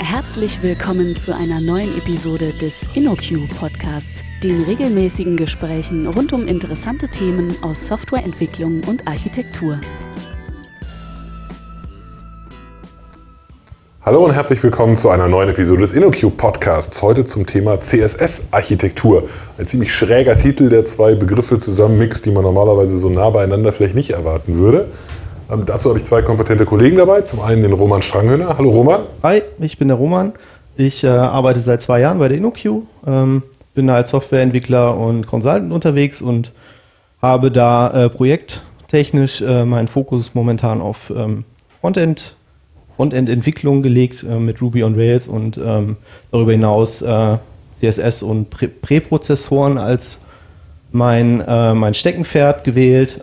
Herzlich willkommen zu einer neuen Episode des InnoQ Podcasts, den regelmäßigen Gesprächen rund um interessante Themen aus Softwareentwicklung und Architektur. Hallo und herzlich willkommen zu einer neuen Episode des InnoQ Podcasts. Heute zum Thema CSS-Architektur. Ein ziemlich schräger Titel, der zwei Begriffe zusammenmixt, die man normalerweise so nah beieinander vielleicht nicht erwarten würde. Dazu habe ich zwei kompetente Kollegen dabei. Zum einen den Roman Stranghöhner. Hallo Roman. Hi, ich bin der Roman. Ich arbeite seit 2 Jahren bei der InnoQ. Bin da als Softwareentwickler und Consultant unterwegs und habe da projekttechnisch meinen Fokus momentan auf Frontend-Entwicklung gelegt mit Ruby on Rails und darüber hinaus CSS und Präprozessoren als mein Steckenpferd gewählt.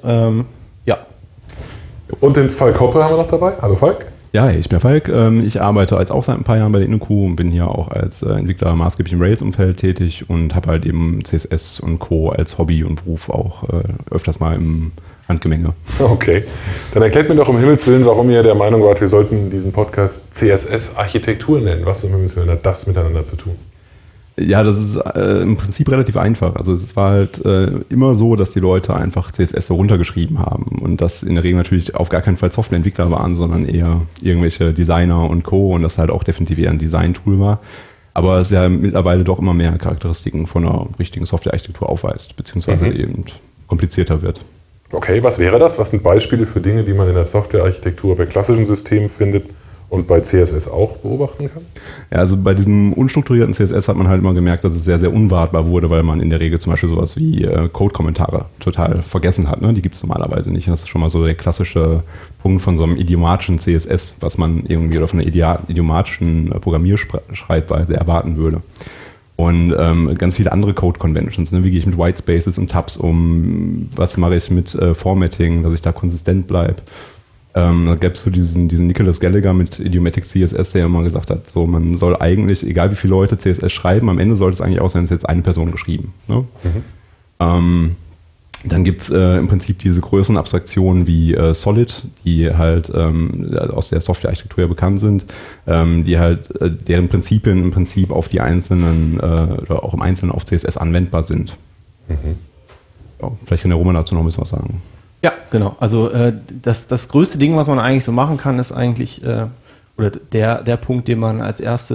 Und den Falk Hoppe haben wir noch dabei. Hallo Falk. Ja, ich bin Falk. Ich arbeite auch seit ein paar Jahren bei der InnoQ und bin hier auch als Entwickler maßgeblich im Rails-Umfeld tätig und habe halt eben CSS und Co. als Hobby und Beruf auch öfters mal im Handgemenge. Okay, dann erklärt mir doch um Himmels Willen, warum ihr der Meinung wart, wir sollten diesen Podcast CSS-Architektur nennen. Was um Himmels Willen hat das miteinander zu tun? Ja, das ist im Prinzip relativ einfach. Also es war halt immer so, dass die Leute einfach CSS so runtergeschrieben haben und das in der Regel natürlich auf gar keinen Fall Softwareentwickler waren, sondern eher irgendwelche Designer und Co. und das halt auch definitiv eher ein Design-Tool war. Aber es ja mittlerweile doch immer mehr Charakteristiken von einer richtigen Softwarearchitektur aufweist, beziehungsweise eben komplizierter wird. Okay, was wäre das? Was sind Beispiele für Dinge, die man in der Softwarearchitektur bei klassischen Systemen findet und bei CSS auch beobachten kann? Ja, also bei diesem unstrukturierten CSS hat man halt immer gemerkt, dass es sehr, sehr unwartbar wurde, weil man in der Regel zum Beispiel sowas wie Code-Kommentare total vergessen hat. Ne? Die gibt es normalerweise nicht. Das ist schon mal so der klassische Punkt von so einem idiomatischen CSS, was man irgendwie oder von einer idiomatischen Programmierschreibweise erwarten würde. Und ganz viele andere Code-Conventions, ne? Wie gehe ich mit Whitespaces und Tabs um? Was mache ich mit Formatting, dass ich da konsistent bleibe? Da gäbe es so diesen Nicholas Gallagher mit Idiomatic CSS, der ja immer gesagt hat, so man soll eigentlich, egal wie viele Leute CSS schreiben, am Ende sollte es eigentlich auch sein, es jetzt eine Person geschrieben. Ne? Dann gibt es im Prinzip diese größeren Abstraktionen wie Solid, die halt aus der Softwarearchitektur ja bekannt sind, die halt deren Prinzipien im Prinzip auf die einzelnen oder auch im Einzelnen auf CSS anwendbar sind. Ja, vielleicht kann der Roman dazu noch ein bisschen was sagen. Ja, genau. Also das größte Ding, was man eigentlich so machen kann, ist eigentlich, oder der Punkt, den man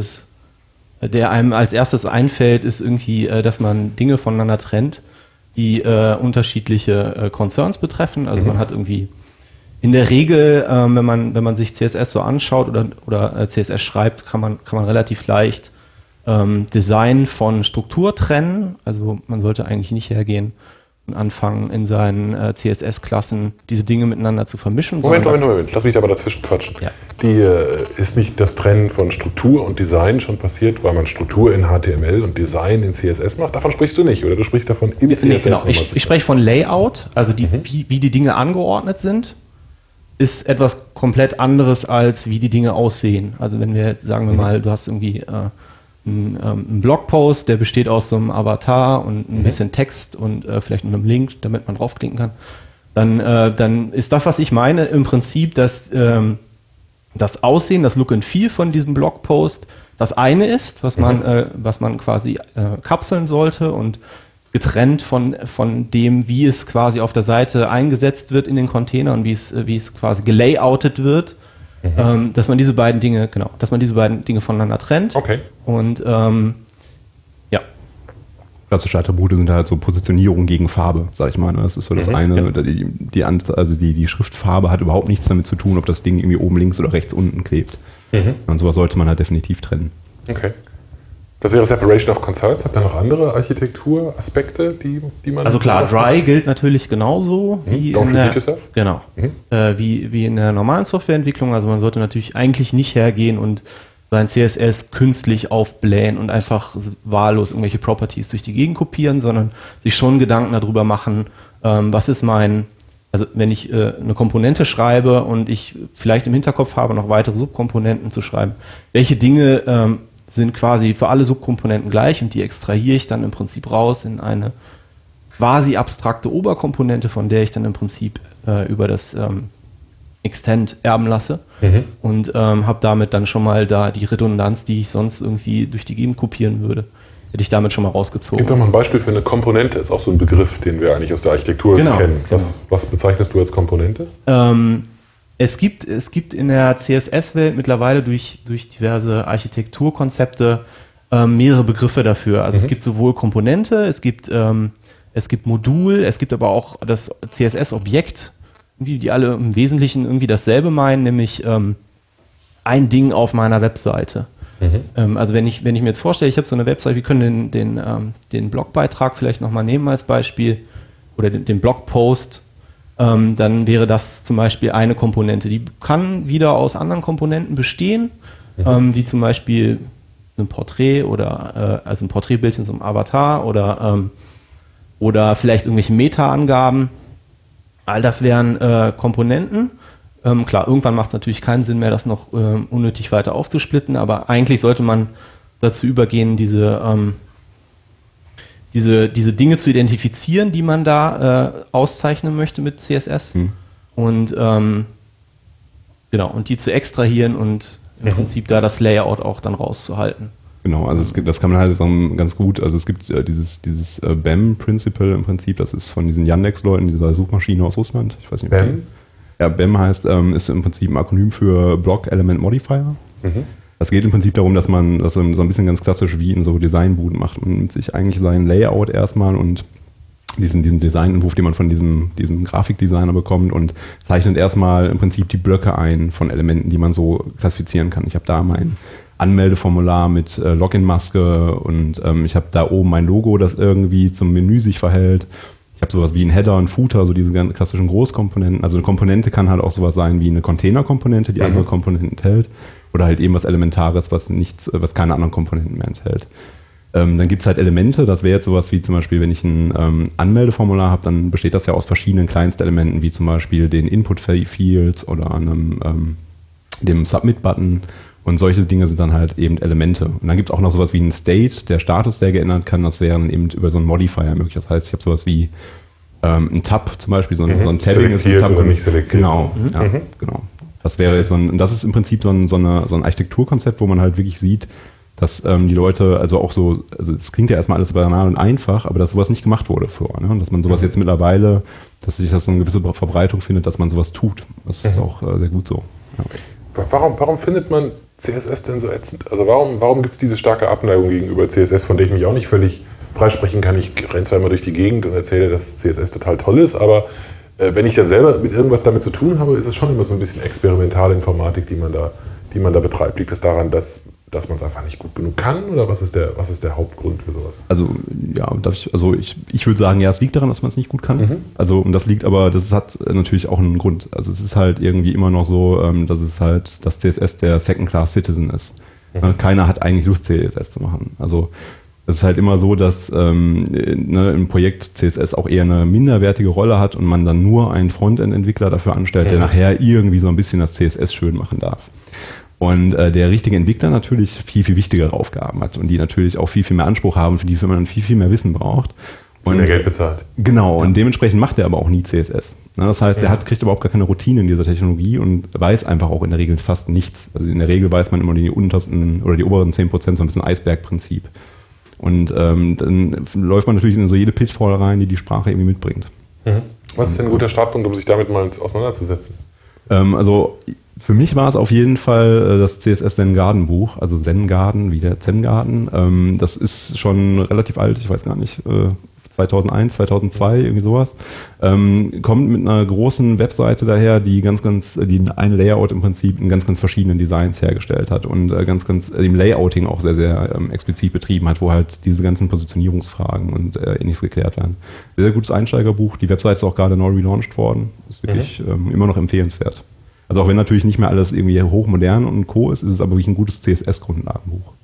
der einem als erstes einfällt, ist irgendwie, dass man Dinge voneinander trennt, die unterschiedliche Concerns betreffen. Also man hat irgendwie in der Regel, wenn man sich CSS so anschaut oder CSS schreibt, kann man relativ leicht Design von Struktur trennen. Also man sollte eigentlich nicht hergehen und anfangen, in seinen CSS-Klassen diese Dinge miteinander zu vermischen. Moment. Lass mich aber dazwischen quatschen. Ja. Ist nicht das Trennen von Struktur und Design schon passiert, weil man Struktur in HTML und Design in CSS macht? Davon sprichst du nicht, oder du sprichst davon im CSS? Genau. Ich spreche von Layout, also wie die Dinge angeordnet sind, ist etwas komplett anderes, als wie die Dinge aussehen. Also wenn wir, sagen wir mal, du hast irgendwie ein Blogpost, der besteht aus so einem Avatar und ein bisschen Text und vielleicht noch einem Link, damit man draufklicken kann, dann ist das, was ich meine, im Prinzip, dass das Aussehen, das Look and Feel von diesem Blogpost das eine ist, was man quasi kapseln sollte und getrennt von dem, wie es quasi auf der Seite eingesetzt wird in den Container und wie es quasi gelayoutet wird. Dass man diese beiden Dinge voneinander trennt. Okay. Und ja. Klassische Attribute sind halt so Positionierung gegen Farbe, sag ich mal. Das ist so das eine. Ja. Die Schriftfarbe hat überhaupt nichts damit zu tun, ob das Ding irgendwie oben links oder rechts unten klebt. Und sowas sollte man halt definitiv trennen. Okay. Das wäre Separation of Concerns. Habt ihr noch andere Architekturaspekte, die man... Also klar, Dry gilt natürlich genauso wie in der normalen Softwareentwicklung. Also man sollte natürlich eigentlich nicht hergehen und sein CSS künstlich aufblähen und einfach wahllos irgendwelche Properties durch die Gegend kopieren, sondern sich schon Gedanken darüber machen, was ist also wenn ich eine Komponente schreibe und ich vielleicht im Hinterkopf habe, noch weitere Subkomponenten zu schreiben, welche Dinge sind quasi für alle Subkomponenten gleich und die extrahiere ich dann im Prinzip raus in eine quasi abstrakte Oberkomponente, von der ich dann im Prinzip über das Extend erben lasse und habe damit dann schon mal da die Redundanz, die ich sonst irgendwie durch die Gegend kopieren würde, hätte ich damit schon mal rausgezogen. Gib doch mal ein Beispiel für eine Komponente. Ist auch so ein Begriff, den wir eigentlich aus der Architektur kennen. Was bezeichnest du als Komponente? Es gibt in der CSS-Welt mittlerweile durch diverse Architekturkonzepte mehrere Begriffe dafür. Also es gibt sowohl Komponente, es gibt Modul, es gibt aber auch das CSS-Objekt, die alle im Wesentlichen irgendwie dasselbe meinen, nämlich ein Ding auf meiner Webseite. Also wenn ich mir jetzt vorstelle, ich habe so eine Webseite, wir können den Blogbeitrag vielleicht nochmal nehmen als Beispiel oder den Blogpost, dann wäre das zum Beispiel eine Komponente. Die kann wieder aus anderen Komponenten bestehen, wie zum Beispiel ein Porträt oder also ein Porträtbild in so einem Avatar oder vielleicht irgendwelche Meta-Angaben. All das wären Komponenten. Klar, irgendwann macht es natürlich keinen Sinn mehr, das noch unnötig weiter aufzusplitten, aber eigentlich sollte man dazu übergehen, diese Dinge zu identifizieren, die man da auszeichnen möchte mit CSS und und die zu extrahieren und im Prinzip da das Layout auch dann rauszuhalten. Genau, also das kann man halt ganz gut, also es gibt dieses BEM-Principle im Prinzip, das ist von diesen Yandex-Leuten, dieser Suchmaschine aus Russland, ich weiß nicht, BEM? Ja, BEM heißt, ist im Prinzip ein Akronym für Block Element Modifier. Das geht im Prinzip darum, dass man das so ein bisschen ganz klassisch wie in so Designbuden macht und sich eigentlich sein Layout erstmal und diesen Designentwurf, den man von diesem Grafikdesigner bekommt und zeichnet erstmal im Prinzip die Blöcke ein von Elementen, die man so klassifizieren kann. Ich habe da mein Anmeldeformular mit Login-Maske und ich habe da oben mein Logo, das irgendwie zum Menü sich verhält. Ich habe sowas wie ein Header, ein Footer, so diese ganz klassischen Großkomponenten. Also eine Komponente kann halt auch sowas sein wie eine Container-Komponente, die andere Komponenten enthält. Oder halt eben was Elementares, was keine anderen Komponenten mehr enthält. Dann gibt es halt Elemente, das wäre jetzt sowas wie zum Beispiel, wenn ich ein Anmeldeformular habe, dann besteht das ja aus verschiedenen Kleinstelementen, wie zum Beispiel den Input-Fields oder dem Submit-Button. Und solche Dinge sind dann halt eben Elemente. Und dann gibt es auch noch sowas wie einen State, der Status, der geändert kann. Das wäre dann eben über so einen Modifier möglich. Das heißt, ich habe sowas wie ein Tab zum Beispiel, so ein Tabbing ist ein Tab. Oder nicht selektiert. Genau, genau. Das wäre jetzt das ist im Prinzip so ein Architekturkonzept, wo man halt wirklich sieht, dass die Leute, also es klingt ja erstmal alles banal und einfach, aber dass sowas nicht gemacht wurde vorher. Ne? Und dass man sowas jetzt mittlerweile, dass sich das so eine gewisse Verbreitung findet, dass man sowas tut. Das ist auch sehr gut so. Ja. Warum findet man CSS denn so ätzend? Also warum gibt es diese starke Abneigung gegenüber CSS, von der ich mich auch nicht völlig freisprechen kann? Ich renne zwar immer durch die Gegend und erzähle, dass CSS total toll ist, aber wenn ich dann selber mit irgendwas damit zu tun habe, ist es schon immer so ein bisschen experimentale Informatik, die man da betreibt. Liegt es daran, dass man es einfach nicht gut genug kann, oder was ist der Hauptgrund für sowas? Also ja, ich würde sagen, ja, es liegt daran, dass man es nicht gut kann. Also und das hat natürlich auch einen Grund. Also es ist halt irgendwie immer noch so, dass es halt das CSS der Second-Class-Citizen ist. Keiner hat eigentlich Lust, CSS zu machen. Also es ist halt immer so, dass im Projekt CSS auch eher eine minderwertige Rolle hat und man dann nur einen Frontend-Entwickler dafür anstellt, der nachher irgendwie so ein bisschen das CSS schön machen darf. Und der richtige Entwickler natürlich viel, viel wichtigere Aufgaben hat und die natürlich auch viel, viel mehr Anspruch haben, für die man viel, viel mehr Wissen braucht. Und mehr Geld bezahlt. Genau, und dementsprechend macht er aber auch nie CSS. Das heißt, kriegt überhaupt gar keine Routine in dieser Technologie und weiß einfach auch in der Regel fast nichts. Also in der Regel weiß man immer die untersten oder die oberen 10%, so ein bisschen Eisbergprinzip. Und dann läuft man natürlich in so jede Pitfall rein, die Sprache irgendwie mitbringt. Was ist denn ein guter Startpunkt, um sich damit mal auseinanderzusetzen? Also für mich war es auf jeden Fall das CSS Zen Garden Buch, also Zen Garden wie der Zen Garden. Das ist schon relativ alt, ich weiß gar nicht, 2001, 2002, irgendwie sowas. Kommt mit einer großen Webseite daher, die ein Layout im Prinzip in ganz, ganz verschiedenen Designs hergestellt hat und im Layouting auch sehr, sehr explizit betrieben hat, wo halt diese ganzen Positionierungsfragen und ähnliches geklärt werden. Sehr, sehr gutes Einsteigerbuch. Die Webseite ist auch gerade neu relaunched worden. Ist wirklich immer noch empfehlenswert. Also auch wenn natürlich nicht mehr alles irgendwie hochmodern und Co. ist es aber wirklich ein gutes CSS-Grundlagenbuch.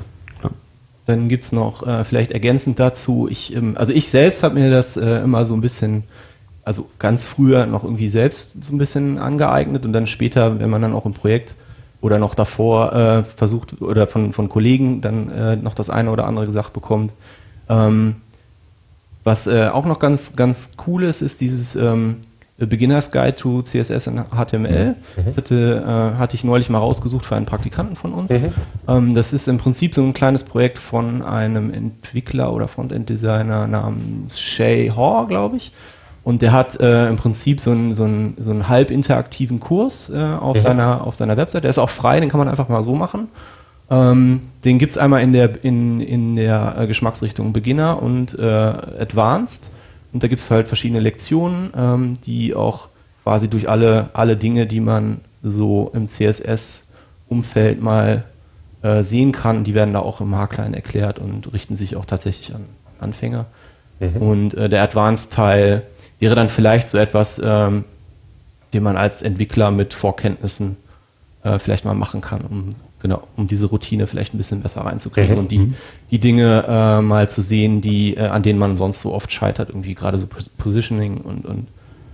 Dann gibt es noch vielleicht ergänzend dazu, ich selbst habe mir das immer so ein bisschen, also ganz früher noch irgendwie selbst so ein bisschen angeeignet und dann später, wenn man dann auch im Projekt oder noch davor versucht oder von Kollegen dann noch das eine oder andere gesagt bekommt. Was auch noch ganz, ganz cool ist dieses A Beginner's Guide to CSS and HTML. Das hatte ich neulich mal rausgesucht für einen Praktikanten von uns. Das ist im Prinzip so ein kleines Projekt von einem Entwickler oder Frontend-Designer namens Shay Hoare, glaube ich. Und der hat im Prinzip so einen halb interaktiven Kurs auf seiner Website. Der ist auch frei, den kann man einfach mal so machen. Den gibt es einmal in der Geschmacksrichtung Beginner und Advanced. Und da gibt es halt verschiedene Lektionen, die auch quasi durch alle Dinge, die man so im CSS-Umfeld mal sehen kann, die werden da auch im Haarklein erklärt und richten sich auch tatsächlich an Anfänger. Und der Advanced-Teil wäre dann vielleicht so etwas, den man als Entwickler mit Vorkenntnissen vielleicht mal machen kann, um diese Routine vielleicht ein bisschen besser reinzukriegen und die Dinge mal zu sehen, an denen man sonst so oft scheitert, irgendwie gerade so Positioning und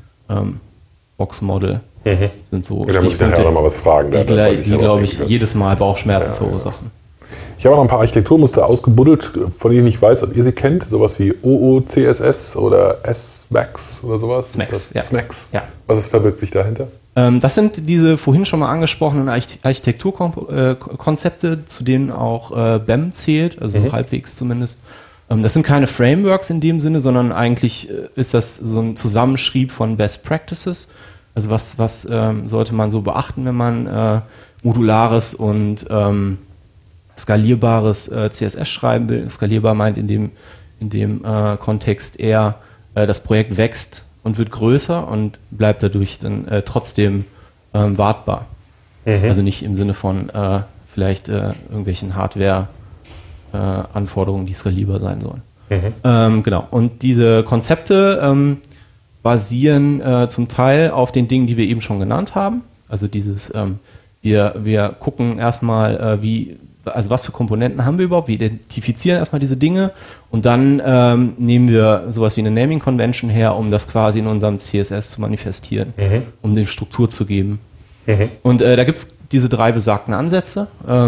Box-Model sind so da muss ich nachher noch mal was fragen. Die glaube ich, jedes Mal Bauchschmerzen verursachen. Ich habe noch ein paar Architekturmuster ausgebuddelt, von denen ich weiß, ob ihr sie kennt. Sowas wie OOCSS oder SMAX oder sowas. SMAX. Ja. Was verbirgt sich dahinter? Das sind diese vorhin schon mal angesprochenen Architekturkonzepte, zu denen auch BEM zählt, also so halbwegs zumindest. Das sind keine Frameworks in dem Sinne, sondern eigentlich ist das so ein Zusammenschrieb von Best Practices. Also was sollte man so beachten, wenn man modulares und skalierbares CSS schreiben will. Skalierbar meint in dem Kontext eher, das Projekt wächst und wird größer und bleibt dadurch dann trotzdem wartbar. Also nicht im Sinne von vielleicht irgendwelchen Hardware-Anforderungen, die skalierbar sein sollen. Genau. Und diese Konzepte basieren zum Teil auf den Dingen, die wir eben schon genannt haben. Also dieses, wir gucken erstmal, was für Komponenten haben wir überhaupt, wir identifizieren erstmal diese Dinge und dann nehmen wir sowas wie eine Naming Convention her, um das quasi in unserem CSS zu manifestieren, um dem Struktur zu geben. Und da gibt es diese 3 besagten Ansätze.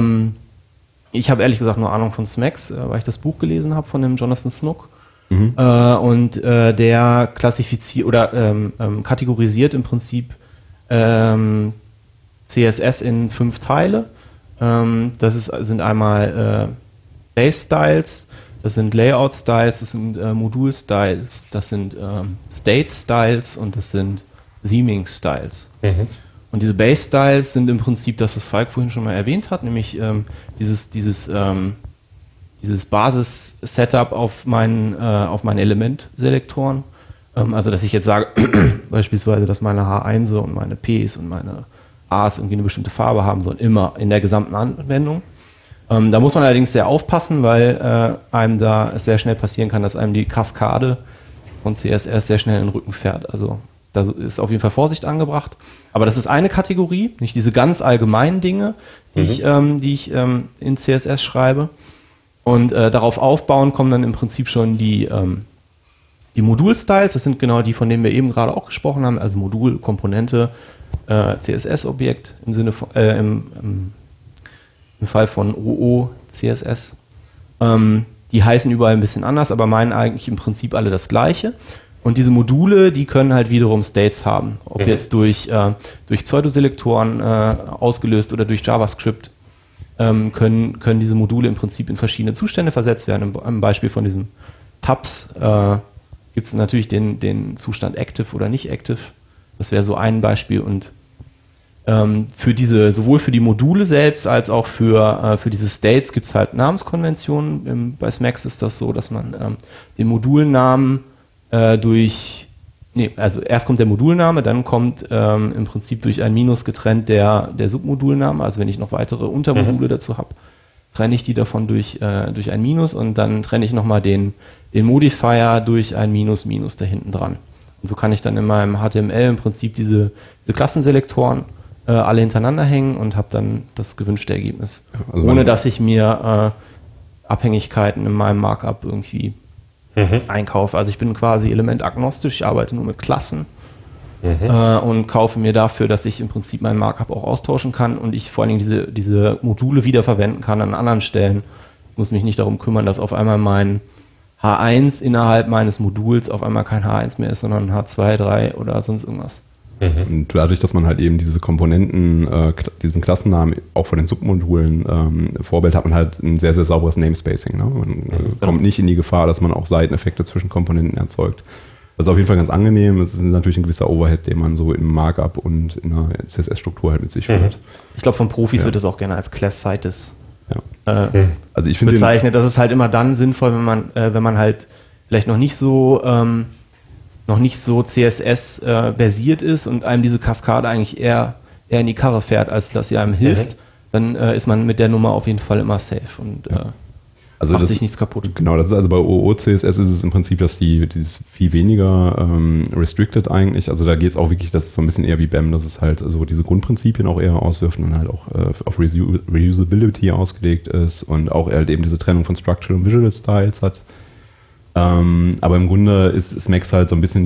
Ich habe ehrlich gesagt nur Ahnung von SMAX, weil ich das Buch gelesen habe von dem Jonathan Snook. Und der klassifiziert oder kategorisiert im Prinzip CSS in 5 Teile. Das sind einmal Base-Styles, das sind Layout-Styles, das sind Modul-Styles, das sind State-Styles und das sind Theming-Styles. Und diese Base-Styles sind im Prinzip das, was Falk vorhin schon mal erwähnt hat, nämlich dieses Basis-Setup auf meinen Element-Selektoren. Also dass ich jetzt sage, beispielsweise, dass meine H1 und meine Ps und meine A's irgendwie eine bestimmte Farbe haben sollen, immer in der gesamten Anwendung. Da muss man allerdings sehr aufpassen, weil einem da es sehr schnell passieren kann, dass einem die Kaskade von CSS sehr schnell in den Rücken fährt. Also da ist auf jeden Fall Vorsicht angebracht. Aber das ist eine Kategorie, nicht diese ganz allgemeinen Dinge, die ich in CSS schreibe. Und darauf aufbauen kommen dann im Prinzip schon die Modul-Styles. Das sind genau die, von denen wir eben gerade auch gesprochen haben. Also Modul, Komponente, CSS-Objekt im Sinne von, im Fall von OO-CSS. Die heißen überall ein bisschen anders, aber meinen eigentlich im Prinzip alle das Gleiche. Und diese Module, die können halt wiederum States haben. Ob jetzt durch Pseudoselektoren ausgelöst oder durch JavaScript, können diese Module im Prinzip in verschiedene Zustände versetzt werden. Im Beispiel von diesem Tabs gibt es natürlich den Zustand Active oder nicht Active. Das wäre so ein Beispiel. Und sowohl für die Module selbst als auch für diese States gibt es halt Namenskonventionen. Bei SMAX ist das so, dass man den Modulnamen also erst kommt der Modulname, dann kommt im Prinzip durch ein Minus getrennt der Submodulname. Also wenn ich noch weitere Untermodule dazu habe, trenne ich die davon durch ein Minus und dann trenne ich nochmal den Modifier durch ein Minus da hinten dran. Und so kann ich dann in meinem HTML im Prinzip diese Klassenselektoren alle hintereinander hängen und habe dann das gewünschte Ergebnis. Also ohne dass ich mir Abhängigkeiten in meinem Markup irgendwie einkaufe. Also ich bin quasi elementagnostisch, ich arbeite nur mit Klassen und kaufe mir dafür, dass ich im Prinzip meinen Markup auch austauschen kann und ich vor allen Dingen diese Module wiederverwenden kann an anderen Stellen. Ich muss mich nicht darum kümmern, dass auf einmal mein H1 innerhalb meines Moduls auf einmal kein H1 mehr ist, sondern H2, 3 oder sonst irgendwas. Und dadurch, dass man halt eben diese Komponenten, diesen Klassennamen auch von den Submodulen vorbehält, hat man halt ein sehr, sehr sauberes Namespacing. Ne? Man kommt nicht in die Gefahr, dass man auch Seiteneffekte zwischen Komponenten erzeugt. Das ist auf jeden Fall ganz angenehm. Es ist natürlich ein gewisser Overhead, den man so im Markup und in der CSS-Struktur halt mit sich führt. Ich glaube, von Profis wird das auch gerne als Class-Cites also ich finde bezeichnet. Das ist halt immer dann sinnvoll, wenn man halt vielleicht noch nicht so CSS versiert ist und einem diese Kaskade eigentlich eher in die Karre fährt, als dass sie einem hilft, dann ist man mit der Nummer auf jeden Fall immer safe und macht sich nichts kaputt. Genau, das ist also bei OO-CSS ist es im Prinzip, dass die ist viel weniger restricted eigentlich. Also da geht es auch wirklich, das ist so ein bisschen eher wie BEM, dass es halt so diese Grundprinzipien auch eher auswirft und dann halt auch auf Reusability ausgelegt ist und auch halt eben diese Trennung von Structural und Visual Styles hat. Aber im Grunde ist Smex halt so ein bisschen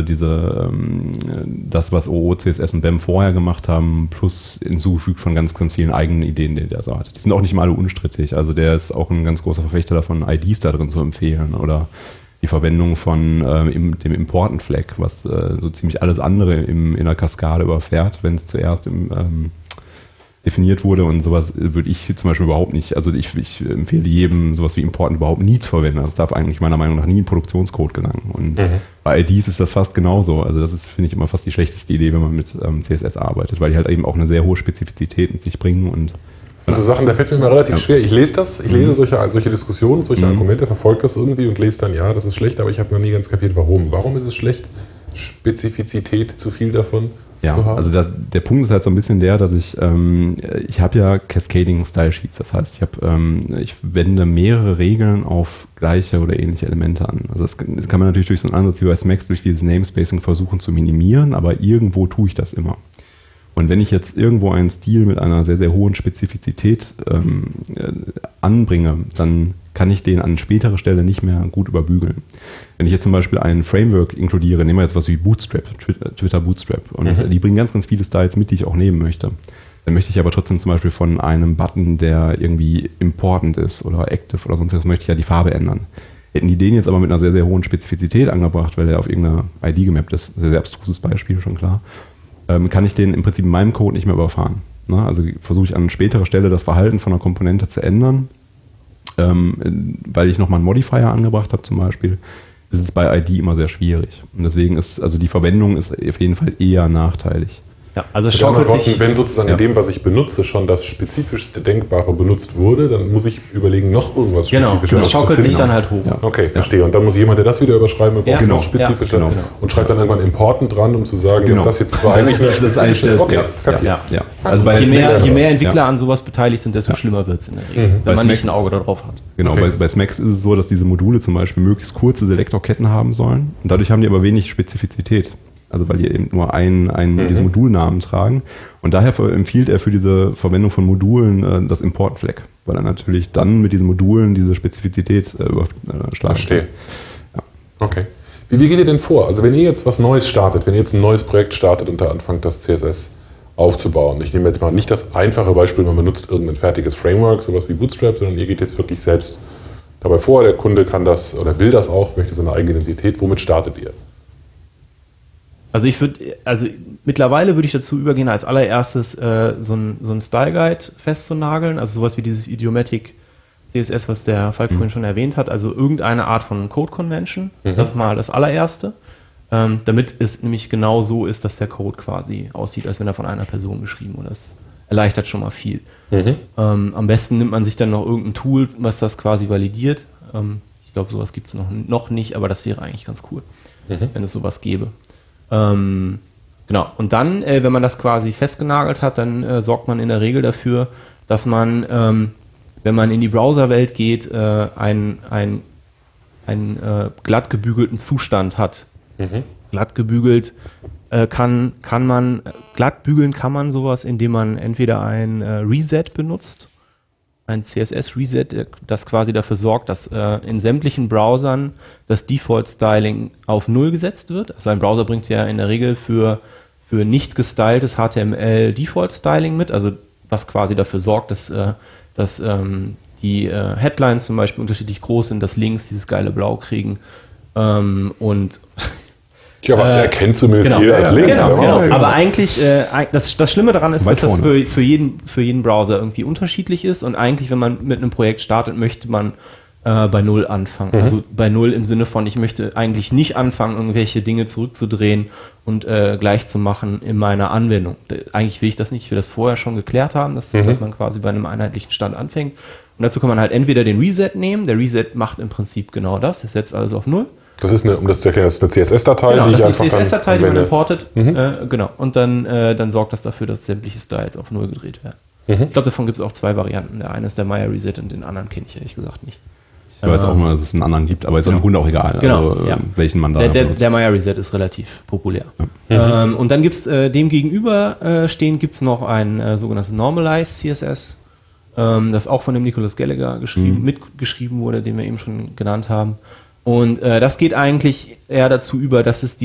das, was OO, CSS und BEM vorher gemacht haben, plus hinzugefügt von ganz, ganz vielen eigenen Ideen, die der so hat. Die sind auch nicht mal alle unstrittig. Also der ist auch ein ganz großer Verfechter davon, IDs da drin zu empfehlen oder die Verwendung von dem Important-Flag, was so ziemlich alles andere in der Kaskade überfährt, wenn es zuerst definiert wurde und sowas würde ich zum Beispiel überhaupt nicht, also ich empfehle jedem sowas wie Important überhaupt nie zu verwenden. Das darf eigentlich meiner Meinung nach nie in Produktionscode gelangen. Und bei IDs ist das fast genauso. Also das ist, finde ich, immer fast die schlechteste Idee, wenn man mit CSS arbeitet, weil die halt eben auch eine sehr hohe Spezifizität mit sich bringen. Und das sind so Sachen, da fällt es mir mal relativ schwer. Ich lese solche Diskussionen, solche Argumente, verfolge das irgendwie und lese dann, ja, das ist schlecht, aber ich habe noch nie ganz kapiert, warum. Warum ist es schlecht? Spezifizität, zu viel davon? Ja, also der Punkt ist halt so ein bisschen der, dass ich habe ja Cascading Style Sheets, das heißt, ich wende mehrere Regeln auf gleiche oder ähnliche Elemente an. Also das kann man natürlich durch so einen Ansatz wie bei Smex durch dieses Namespacing versuchen zu minimieren, aber irgendwo tue ich das immer. Und wenn ich jetzt irgendwo einen Stil mit einer sehr, sehr hohen Spezifizität anbringe, dann kann ich den an späterer Stelle nicht mehr gut überbügeln. Wenn ich jetzt zum Beispiel ein Framework inkludiere, nehmen wir jetzt was wie Bootstrap, Twitter Bootstrap, und die bringen ganz, ganz viele Styles mit, die ich auch nehmen möchte. Dann möchte ich aber trotzdem zum Beispiel von einem Button, der irgendwie important ist oder active oder sonst was, möchte ich ja die Farbe ändern. Hätten die den jetzt aber mit einer sehr, sehr hohen Spezifizität angebracht, weil der auf irgendeine ID gemappt ist, sehr, sehr abstruses Beispiel, schon klar, kann ich den im Prinzip in meinem Code nicht mehr überfahren. Also versuche ich an späterer Stelle das Verhalten von einer Komponente zu ändern, weil ich nochmal einen Modifier angebracht habe zum Beispiel, ist es bei ID immer sehr schwierig. Und deswegen ist, also die Verwendung ist auf jeden Fall eher nachteilig. Ja, also es schaukelt sich, wenn sozusagen in dem, was ich benutze, schon das spezifischste Denkbare benutzt wurde, dann muss ich überlegen, noch irgendwas Spezifisches. Genau, das schaukelt sich dann halt hoch. Ja. Okay, verstehe. Und dann muss jemand, der das wieder überschreiben, noch spezifischer und schreibt dann irgendwann Important dran, um zu sagen, dass das jetzt eigentlich das ist eigentlich das. Okay. Also je mehr Entwickler an sowas beteiligt sind, desto schlimmer wird es in der Regel, wenn man nicht ein Auge darauf hat. Genau, bei Smex ist es so, dass diese Module zum Beispiel möglichst kurze Selektorketten haben sollen und dadurch haben die aber wenig Spezifizität. Also weil die eben nur diesen Modulnamen tragen. Und daher empfiehlt er für diese Verwendung von Modulen das Important-Flag, weil er natürlich dann mit diesen Modulen diese Spezifizität überschlagen kann. Ja. Okay. Wie geht ihr denn vor? Also wenn ihr jetzt was Neues startet, wenn ihr jetzt ein neues Projekt startet und da anfangt, das CSS aufzubauen. Ich nehme jetzt mal nicht das einfache Beispiel, man benutzt irgendein fertiges Framework, sowas wie Bootstrap, sondern ihr geht jetzt wirklich selbst dabei vor, der Kunde kann das oder will das auch, möchte so eine eigene Identität. Womit startet ihr? Also mittlerweile würde ich dazu übergehen, als allererstes so ein Style Guide festzunageln, also sowas wie dieses Idiomatic CSS, was der Falk vorhin schon erwähnt hat, also irgendeine Art von Code Convention, das ist mal das allererste, damit es nämlich genau so ist, dass der Code quasi aussieht, als wenn er von einer Person geschrieben wurde. Das erleichtert schon mal viel. Am besten nimmt man sich dann noch irgendein Tool, was das quasi validiert. Ich glaube, sowas gibt es noch nicht, aber das wäre eigentlich ganz cool, wenn es sowas gäbe. Genau, und dann, wenn man das quasi festgenagelt hat, dann sorgt man in der Regel dafür, dass man, wenn man in die Browserwelt geht, einen glatt gebügelten Zustand hat. Glatt gebügelt glatt bügeln kann man sowas, indem man entweder ein Reset benutzt, ein CSS-Reset, das quasi dafür sorgt, dass in sämtlichen Browsern das Default-Styling auf 0 gesetzt wird. Also ein Browser bringt ja in der Regel für nicht gestyltes HTML Default-Styling mit, also was quasi dafür sorgt, dass die Headlines zum Beispiel unterschiedlich groß sind, dass Links dieses geile Blau kriegen und ja, was erkennt zumindest jeder als Link. Genau. Aber eigentlich, das Schlimme daran ist, dass das für jeden Browser irgendwie unterschiedlich ist und eigentlich, wenn man mit einem Projekt startet, möchte man bei Null anfangen. Also bei Null im Sinne von, ich möchte eigentlich nicht anfangen, irgendwelche Dinge zurückzudrehen und gleich zu machen in meiner Anwendung. Eigentlich will ich das nicht, ich will das vorher schon geklärt haben, dass man quasi bei einem einheitlichen Stand anfängt. Und dazu kann man halt entweder den Reset nehmen, der Reset macht im Prinzip genau das, der setzt alles auf Null. Das ist um das zu erklären, das ist eine CSS-Datei, genau, die ich einfach das ist eine CSS-Datei, die man importet. Genau. Und dann sorgt das dafür, dass sämtliche Styles auf Null gedreht werden. Ich glaube, davon gibt es auch 2 Varianten. Der eine ist der Maya Reset und den anderen kenne ich ehrlich gesagt nicht. Ich weiß auch mal, dass es einen anderen gibt, aber ist im Grunde auch egal, genau, also, welchen man da benutzt. Der Maya Reset ist relativ populär. Und dann gibt es dem gegenüber gibt es noch ein sogenanntes Normalized CSS, das auch von dem Nicholas Gallagher mitgeschrieben wurde, den wir eben schon genannt haben. Und das geht eigentlich eher dazu über, dass es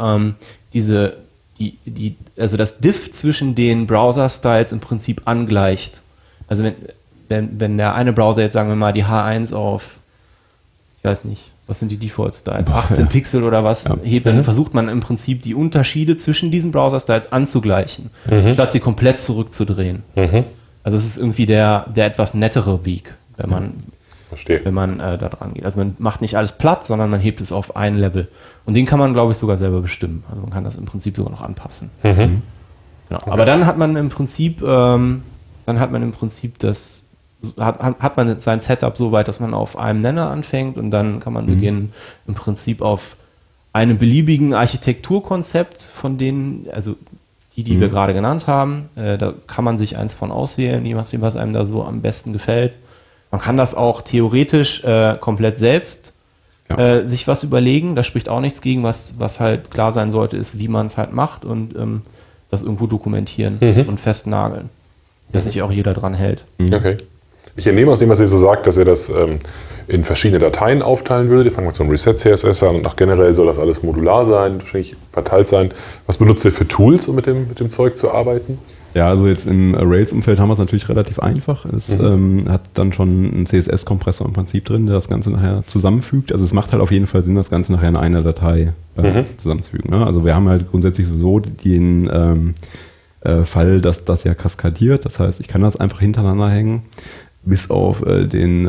also das Diff zwischen den Browser-Styles im Prinzip angleicht. Also wenn der eine Browser jetzt, sagen wir mal, die H1 auf, ich weiß nicht, was sind die Default-Styles, 18 Pixel oder was hebt, dann versucht man im Prinzip die Unterschiede zwischen diesen Browser-Styles anzugleichen, statt sie komplett zurückzudrehen. Also es ist irgendwie der etwas nettere Weg, wenn man da dran geht. Also man macht nicht alles platt, sondern man hebt es auf ein Level. Und den kann man, glaube ich, sogar selber bestimmen. Also man kann das im Prinzip sogar noch anpassen. Genau. Okay. Aber dann hat man im Prinzip hat man sein Setup so weit, dass man auf einem Nenner anfängt und dann kann man beginnen, im Prinzip auf einem beliebigen Architekturkonzept von denen, also die wir gerade genannt haben, da kann man sich eins von auswählen, je nachdem, was einem da so am besten gefällt. Man kann das auch theoretisch komplett selbst sich was überlegen. Da spricht auch nichts gegen, was halt klar sein sollte, ist, wie man es halt macht und das irgendwo dokumentieren und festnageln, dass sich auch jeder dran hält. Okay. Ich entnehme aus dem, was ihr so sagt, dass ihr das in verschiedene Dateien aufteilen würdet. Ihr fangt mit so einem Reset-CSS an und nach generell soll das alles modular sein, wahrscheinlich verteilt sein. Was benutzt ihr für Tools, um mit dem Zeug zu arbeiten? Ja, also jetzt im Rails-Umfeld haben wir es natürlich relativ einfach. Es hat dann schon einen CSS-Kompressor im Prinzip drin, der das Ganze nachher zusammenfügt. Also es macht halt auf jeden Fall Sinn, das Ganze nachher in einer Datei zusammenzufügen. Ne? Also wir haben halt grundsätzlich sowieso den Fall, dass das ja kaskadiert. Das heißt, ich kann das einfach hintereinander hängen. Bis auf den,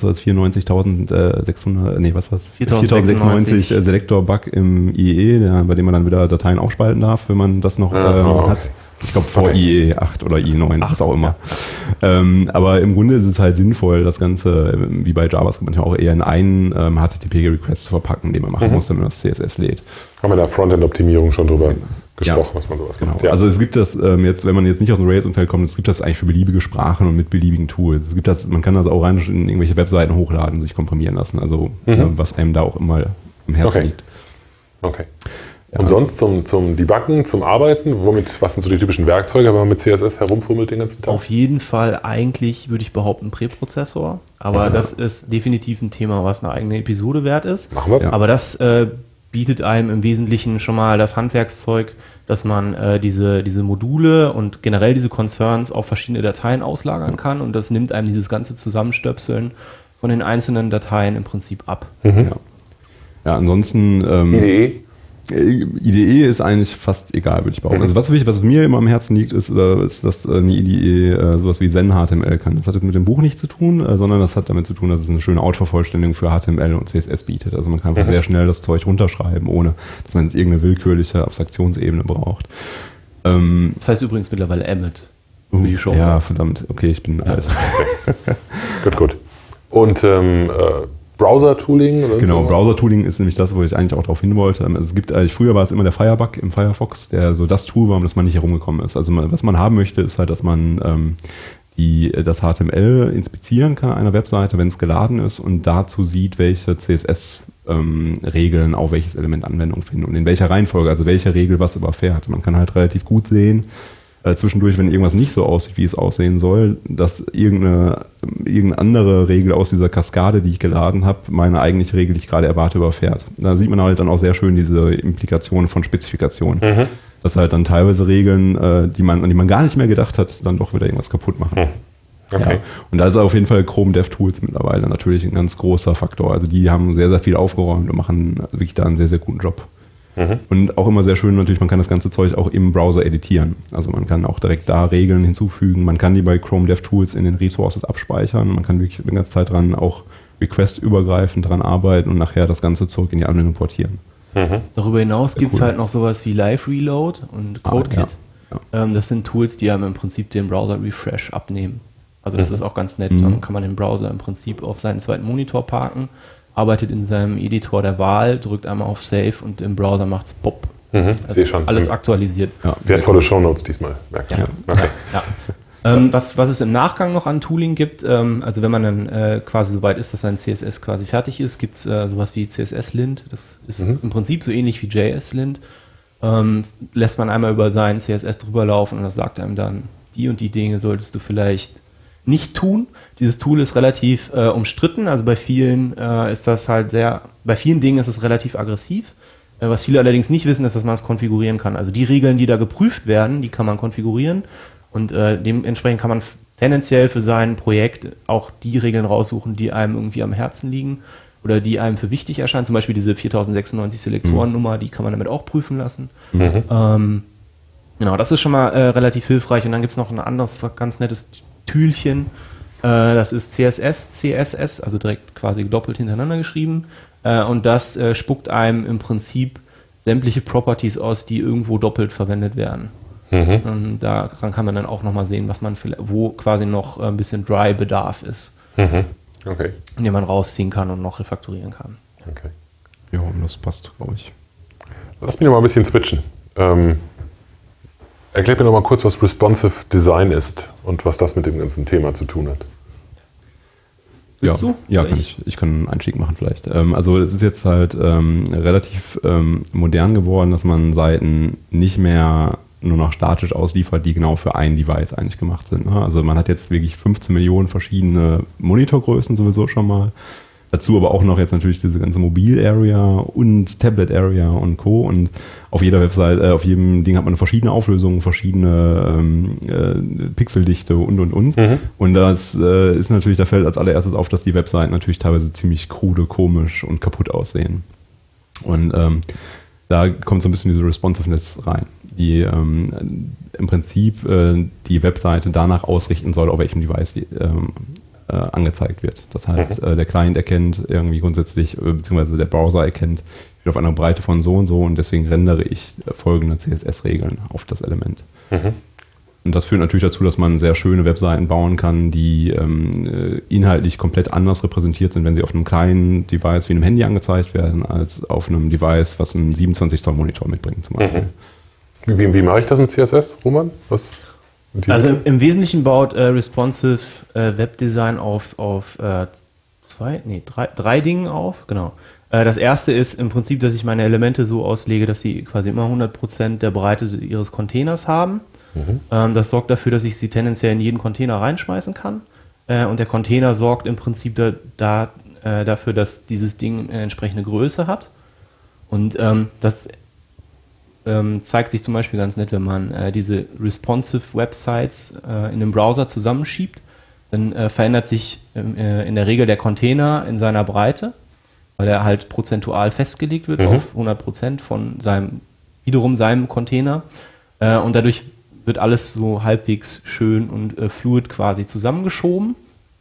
4096 Selektor-Bug im IE, bei dem man dann wieder Dateien aufspalten darf, wenn man das noch hat. Ich glaube vor IE 8 oder IE 9, was auch immer. Aber im Grunde ist es halt sinnvoll, das Ganze, wie bei JavaScript, manchmal auch eher in einen HTTP-Request zu verpacken, den man machen muss, wenn man das CSS lädt. Haben wir in der Frontend-Optimierung schon drüber gesprochen, was man sowas macht. Ja. Also es gibt das jetzt, wenn man jetzt nicht aus dem Rails-Umfeld kommt, es gibt das eigentlich für beliebige Sprachen und mit beliebigen Tools. Es gibt das, man kann das auch rein in irgendwelche Webseiten hochladen und sich komprimieren lassen, also was einem da auch immer im Herzen liegt. Okay. Und sonst zum Debuggen, zum Arbeiten, was sind so die typischen Werkzeuge, wenn man mit CSS herumfummelt den ganzen Tag? Auf jeden Fall eigentlich, würde ich behaupten, Präprozessor. Aber das ist definitiv ein Thema, was eine eigene Episode wert ist. Machen wir. Ja. Aber das bietet einem im Wesentlichen schon mal das Handwerkszeug, dass man diese Module und generell diese Concerns auf verschiedene Dateien auslagern kann. Und das nimmt einem dieses ganze Zusammenstöpseln von den einzelnen Dateien im Prinzip ab. Ja, ansonsten... IDE ist eigentlich fast egal, würde ich behaupten. Also was mir immer am Herzen liegt, ist dass eine IDE sowas wie Zen-HTML kann. Das hat jetzt mit dem Buch nichts zu tun, sondern das hat damit zu tun, dass es eine schöne Outvervollständigung für HTML und CSS bietet. Also man kann einfach sehr schnell das Zeug runterschreiben, ohne dass man jetzt irgendeine willkürliche Abstraktionsebene braucht. Das heißt übrigens mittlerweile Emmet. Ja, verdammt. Okay, ich bin alt. Gut. Und Browser-Tooling? Genau, Browser-Tooling ist nämlich das, wo ich eigentlich auch darauf hin wollte. Also es gibt früher war es immer der Firebug im Firefox, der so das Tool war, um das man nicht herumgekommen ist. Also was man haben möchte, ist halt, dass man das HTML inspizieren kann einer Webseite, wenn es geladen ist und dazu sieht, welche CSS-Regeln auf welches Element Anwendung finden und in welcher Reihenfolge, also welche Regel was überfährt. Man kann halt relativ gut sehen, zwischendurch, wenn irgendwas nicht so aussieht, wie es aussehen soll, dass irgendeine andere Regel aus dieser Kaskade, die ich geladen habe, meine eigentliche Regel, die ich gerade erwarte, überfährt. Da sieht man halt dann auch sehr schön diese Implikationen von Spezifikationen. Dass halt dann teilweise Regeln, die man gar nicht mehr gedacht hat, dann doch wieder irgendwas kaputt machen. Okay. Ja. Und da ist auf jeden Fall Chrome DevTools mittlerweile natürlich ein ganz großer Faktor. Also die haben sehr, sehr viel aufgeräumt und machen wirklich da einen sehr, sehr guten Job. Und auch immer sehr schön natürlich, man kann das ganze Zeug auch im Browser editieren. Also man kann auch direkt da Regeln hinzufügen. Man kann die bei Chrome DevTools in den Resources abspeichern. Man kann wirklich die ganze Zeit dran auch request-übergreifend dran arbeiten und nachher das ganze zurück in die Anwendung portieren. Darüber hinaus gibt es halt noch sowas wie Live Reload und CodeKit. Das sind Tools, die einem im Prinzip den Browser-Refresh abnehmen. Also das ist auch ganz nett. Dann kann man den Browser im Prinzip auf seinen zweiten Monitor parken, arbeitet in seinem Editor der Wahl, drückt einmal auf Save und im Browser macht's Pop. Sehe schon. Alles aktualisiert. Ja, wertvolle Shownotes diesmal. Ja. Okay. Was es im Nachgang noch an Tooling gibt, also wenn man dann quasi so weit ist, dass sein CSS quasi fertig ist, gibt es sowas wie CSS-Lint. Das ist im Prinzip so ähnlich wie JS-Lint. Lässt man einmal über sein CSS drüber laufen und das sagt einem dann, die und die Dinge solltest du vielleicht nicht tun. Dieses Tool ist relativ umstritten, also bei vielen ist das halt bei vielen Dingen ist es relativ aggressiv. Was viele allerdings nicht wissen, ist, dass man es konfigurieren kann. Also die Regeln, die da geprüft werden, die kann man konfigurieren und dementsprechend kann man tendenziell für sein Projekt auch die Regeln raussuchen, die einem irgendwie am Herzen liegen oder die einem für wichtig erscheinen. Zum Beispiel diese 4096 Selektorennummer, die kann man damit auch prüfen lassen. Genau, das ist schon mal relativ hilfreich. Und dann gibt es noch ein anderes ganz nettes Türchen. Das ist CSS, also direkt quasi doppelt hintereinander geschrieben. Und das spuckt einem im Prinzip sämtliche Properties aus, die irgendwo doppelt verwendet werden. Daran kann man dann auch nochmal sehen, wo quasi noch ein bisschen Dry-Bedarf ist. Okay. Den man rausziehen kann und noch refaktorieren kann. Okay. Ja, das passt, glaube ich. Lass mich noch mal ein bisschen switchen. Erklärt mir noch mal kurz, was Responsive Design ist und was das mit dem ganzen Thema zu tun hat. Willst du? Ja, kann ich. Ich kann einen Einstieg machen vielleicht. Also es ist jetzt halt relativ modern geworden, dass man Seiten nicht mehr nur noch statisch ausliefert, die genau für ein Device eigentlich gemacht sind. Ne? Also man hat jetzt wirklich 15 Millionen verschiedene Monitorgrößen sowieso schon mal. Dazu aber auch noch jetzt natürlich diese ganze Mobil-Area und Tablet-Area und Co. Und auf jeder Website, auf jedem Ding hat man eine verschiedene Auflösung, verschiedene Pixeldichte und. Und das ist natürlich, da fällt als allererstes auf, dass die Webseiten natürlich teilweise ziemlich krude, komisch und kaputt aussehen. Und da kommt so ein bisschen diese Responsiveness rein, die im Prinzip die Webseite danach ausrichten soll, auf welchem Device die angezeigt wird. Das heißt, der Client erkennt irgendwie grundsätzlich, beziehungsweise der Browser erkennt, ich bin auf einer Breite von so und deswegen rendere ich folgende CSS-Regeln auf das Element. Und das führt natürlich dazu, dass man sehr schöne Webseiten bauen kann, die inhaltlich komplett anders repräsentiert sind, wenn sie auf einem kleinen Device wie einem Handy angezeigt werden, als auf einem Device, was einen 27-Zoll-Monitor mitbringt zum Beispiel. Wie mache ich das mit CSS, Roman? Also im Wesentlichen baut Responsive Webdesign auf drei Dingen auf. Genau. Das erste ist im Prinzip, dass ich meine Elemente so auslege, dass sie quasi immer 100% der Breite ihres Containers haben. Das sorgt dafür, dass ich sie tendenziell in jeden Container reinschmeißen kann. Und der Container sorgt im Prinzip dafür, dass dieses Ding eine entsprechende Größe hat. Und das zeigt sich zum Beispiel ganz nett, wenn man diese responsive Websites in einem Browser zusammenschiebt, dann verändert sich in der Regel der Container in seiner Breite, weil er halt prozentual festgelegt wird auf 100% von seinem Container. Und dadurch wird alles so halbwegs schön und fluid quasi zusammengeschoben.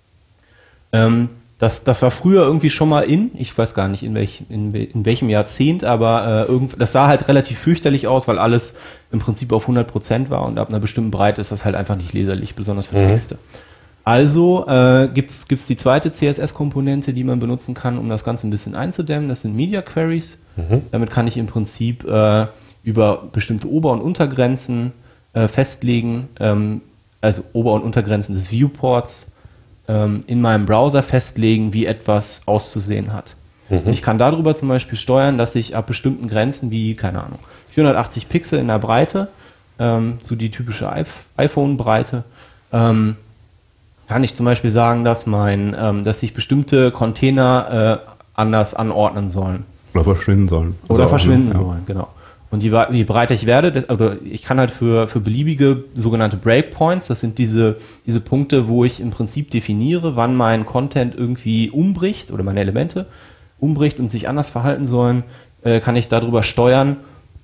Das war früher irgendwie schon mal ich weiß gar nicht in welchem Jahrzehnt, aber das sah halt relativ fürchterlich aus, weil alles im Prinzip auf 100% war und ab einer bestimmten Breite ist das halt einfach nicht leserlich, besonders für Texte. Also gibt's die zweite CSS-Komponente, die man benutzen kann, um das Ganze ein bisschen einzudämmen. Das sind Media Queries. Damit kann ich im Prinzip über bestimmte Ober- und Untergrenzen festlegen, also Ober- und Untergrenzen des Viewports, in meinem Browser festlegen, wie etwas auszusehen hat. Ich kann darüber zum Beispiel steuern, dass ich ab bestimmten Grenzen wie, keine Ahnung, 480 Pixel in der Breite, so die typische iPhone-Breite, kann ich zum Beispiel sagen, dass sich bestimmte Container anders anordnen sollen. Oder verschwinden sollen. Genau. Und je breiter ich werde, also ich kann halt für beliebige sogenannte Breakpoints, das sind diese Punkte, wo ich im Prinzip definiere, wann mein Content irgendwie umbricht oder meine Elemente umbricht und sich anders verhalten sollen, kann ich darüber steuern,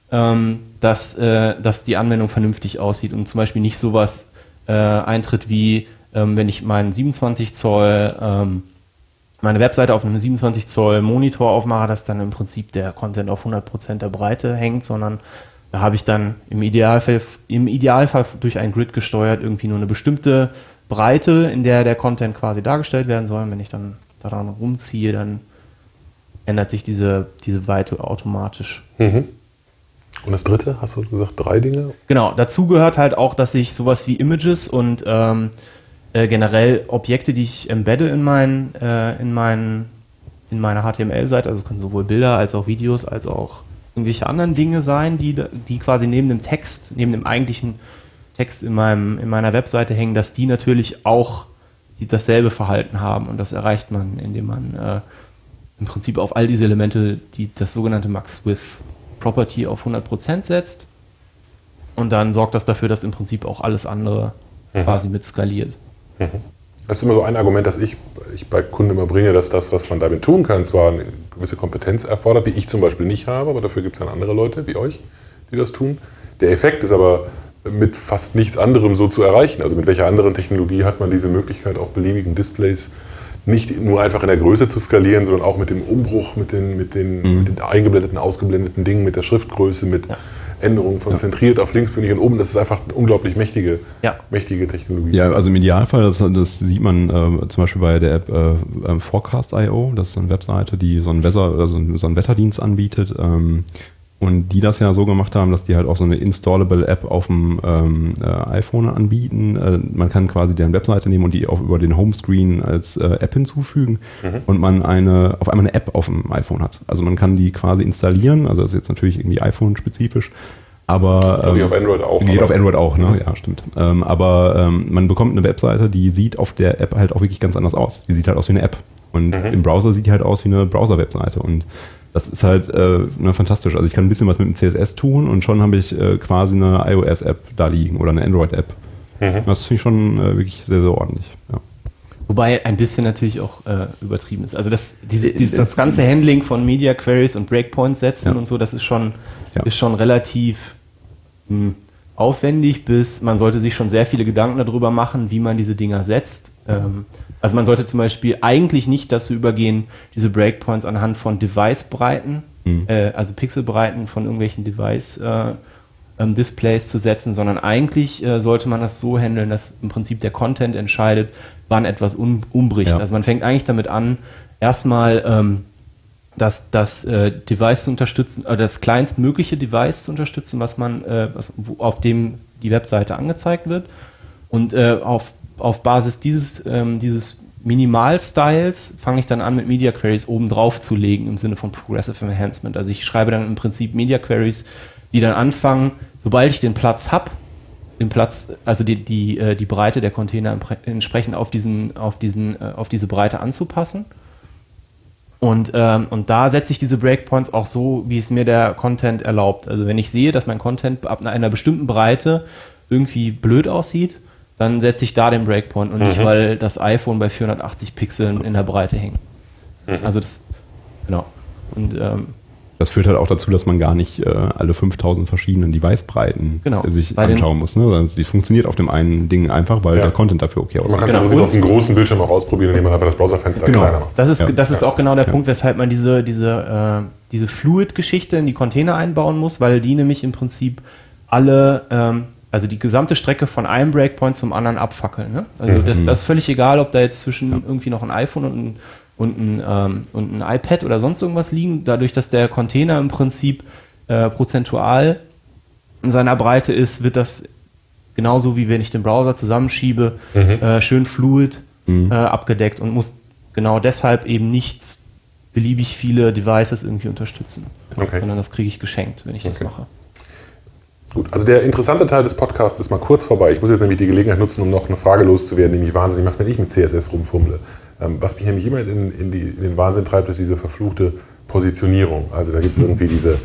dass die Anwendung vernünftig aussieht und zum Beispiel nicht sowas eintritt wie, wenn ich meinen 27 Zoll meine Webseite auf einem 27 Zoll Monitor aufmache, dass dann im Prinzip der Content auf 100% der Breite hängt, sondern da habe ich dann im Idealfall durch ein Grid gesteuert irgendwie nur eine bestimmte Breite, in der Content quasi dargestellt werden soll. Und wenn ich dann daran rumziehe, dann ändert sich diese Weite automatisch. Mhm. Und das dritte, hast du gesagt, 3 Dinge? Genau, dazu gehört halt auch, dass ich sowas wie Images und generell Objekte, die ich embedde in meiner HTML-Seite, also es können sowohl Bilder als auch Videos, als auch irgendwelche anderen Dinge sein, die quasi neben dem Text, neben dem eigentlichen Text in meiner Webseite hängen, dass die natürlich auch dasselbe Verhalten haben. Und das erreicht man, indem man im Prinzip auf all diese Elemente das sogenannte Max-Width Property auf 100% setzt. Und dann sorgt das dafür, dass im Prinzip auch alles andere quasi mit skaliert. Das ist immer so ein Argument, das ich bei Kunden immer bringe, dass das, was man damit tun kann, zwar eine gewisse Kompetenz erfordert, die ich zum Beispiel nicht habe, aber dafür gibt es dann andere Leute wie euch, die das tun. Der Effekt ist aber mit fast nichts anderem so zu erreichen. Also mit welcher anderen Technologie hat man diese Möglichkeit, auf beliebigen Displays nicht nur einfach in der Größe zu skalieren, sondern auch mit dem Umbruch, mit den eingeblendeten, ausgeblendeten Dingen, mit der Schriftgröße, mit Änderungen von zentriert auf linksbündig und oben. Das ist einfach eine unglaublich mächtige Technologie. Ja, also im Idealfall, das sieht man zum Beispiel bei der App Forecast.io, das ist eine Webseite, die so einen Wetterdienst anbietet. Und die das ja so gemacht haben, dass die halt auch so eine installable App auf dem iPhone anbieten. Man kann quasi deren Webseite nehmen und die auch über den Homescreen als App hinzufügen und man auf einmal eine App auf dem iPhone hat. Also man kann die quasi installieren, also das ist jetzt natürlich irgendwie iPhone-spezifisch, aber geht auf Android auch. Geht auf Android auch, ne? Ja, stimmt. Aber man bekommt eine Webseite, die sieht auf der App halt auch wirklich ganz anders aus. Die sieht halt aus wie eine App. Und im Browser sieht die halt aus wie eine Browser-Webseite. Und das ist halt fantastisch. Also ich kann ein bisschen was mit dem CSS tun und schon habe ich quasi eine iOS-App da liegen oder eine Android-App. Das finde ich schon wirklich sehr, sehr ordentlich. Ja. Wobei ein bisschen natürlich auch übertrieben ist. Also das ganze Handling von Media Queries und Breakpoints setzen und so, das ist schon relativ aufwendig, bis man sollte sich schon sehr viele Gedanken darüber machen, wie man diese Dinger setzt. Also man sollte zum Beispiel eigentlich nicht dazu übergehen, diese Breakpoints anhand von Device-Breiten, also Pixelbreiten von irgendwelchen Device-Displays zu setzen, sondern eigentlich sollte man das so handeln, dass im Prinzip der Content entscheidet, wann etwas umbricht. Ja. Also man fängt eigentlich damit an, erstmal das Device zu unterstützen, oder das kleinstmögliche Device zu unterstützen, auf dem die Webseite angezeigt wird. Und auf Basis dieses Minimal-Styles fange ich dann an, mit Media Queries oben drauf zu legen, im Sinne von Progressive Enhancement. Also ich schreibe dann im Prinzip Media Queries, die dann anfangen, sobald ich den Platz habe, also die Breite der Container entsprechend auf diese Breite anzupassen. Und da setze ich diese Breakpoints auch so, wie es mir der Content erlaubt. Also wenn ich sehe, dass mein Content ab einer bestimmten Breite irgendwie blöd aussieht, dann setze ich da den Breakpoint und nicht, weil das iPhone bei 480 Pixeln in der Breite hängt. Also genau. Und das führt halt auch dazu, dass man gar nicht alle 5000 verschiedenen Device-Breiten sich anschauen muss. Ne? Sie funktioniert auf dem einen Ding einfach, weil der Content dafür okay aussieht. Man kann es auf einem großen Bildschirm auch ausprobieren, indem man einfach das Browserfenster kleiner macht. Das ist auch genau der Punkt, weshalb man diese Fluid-Geschichte in die Container einbauen muss, weil die nämlich im Prinzip alle, also die gesamte Strecke von einem Breakpoint zum anderen abfackeln. Ne? Also das ist völlig egal, ob da jetzt zwischen irgendwie noch ein iPhone und ein iPad oder sonst irgendwas liegen, dadurch, dass der Container im Prinzip prozentual in seiner Breite ist, wird das genauso wie wenn ich den Browser zusammenschiebe, schön fluid abgedeckt und muss genau deshalb eben nicht beliebig viele Devices irgendwie unterstützen, sondern das kriege ich geschenkt, wenn ich das mache. Gut, also der interessante Teil des Podcasts ist mal kurz vorbei. Ich muss jetzt nämlich die Gelegenheit nutzen, um noch eine Frage loszuwerden, die mich wahnsinnig macht, wenn ich mit CSS rumfummle. Was mich nämlich immer in den Wahnsinn treibt, ist diese verfluchte Positionierung. Also da gibt es irgendwie diese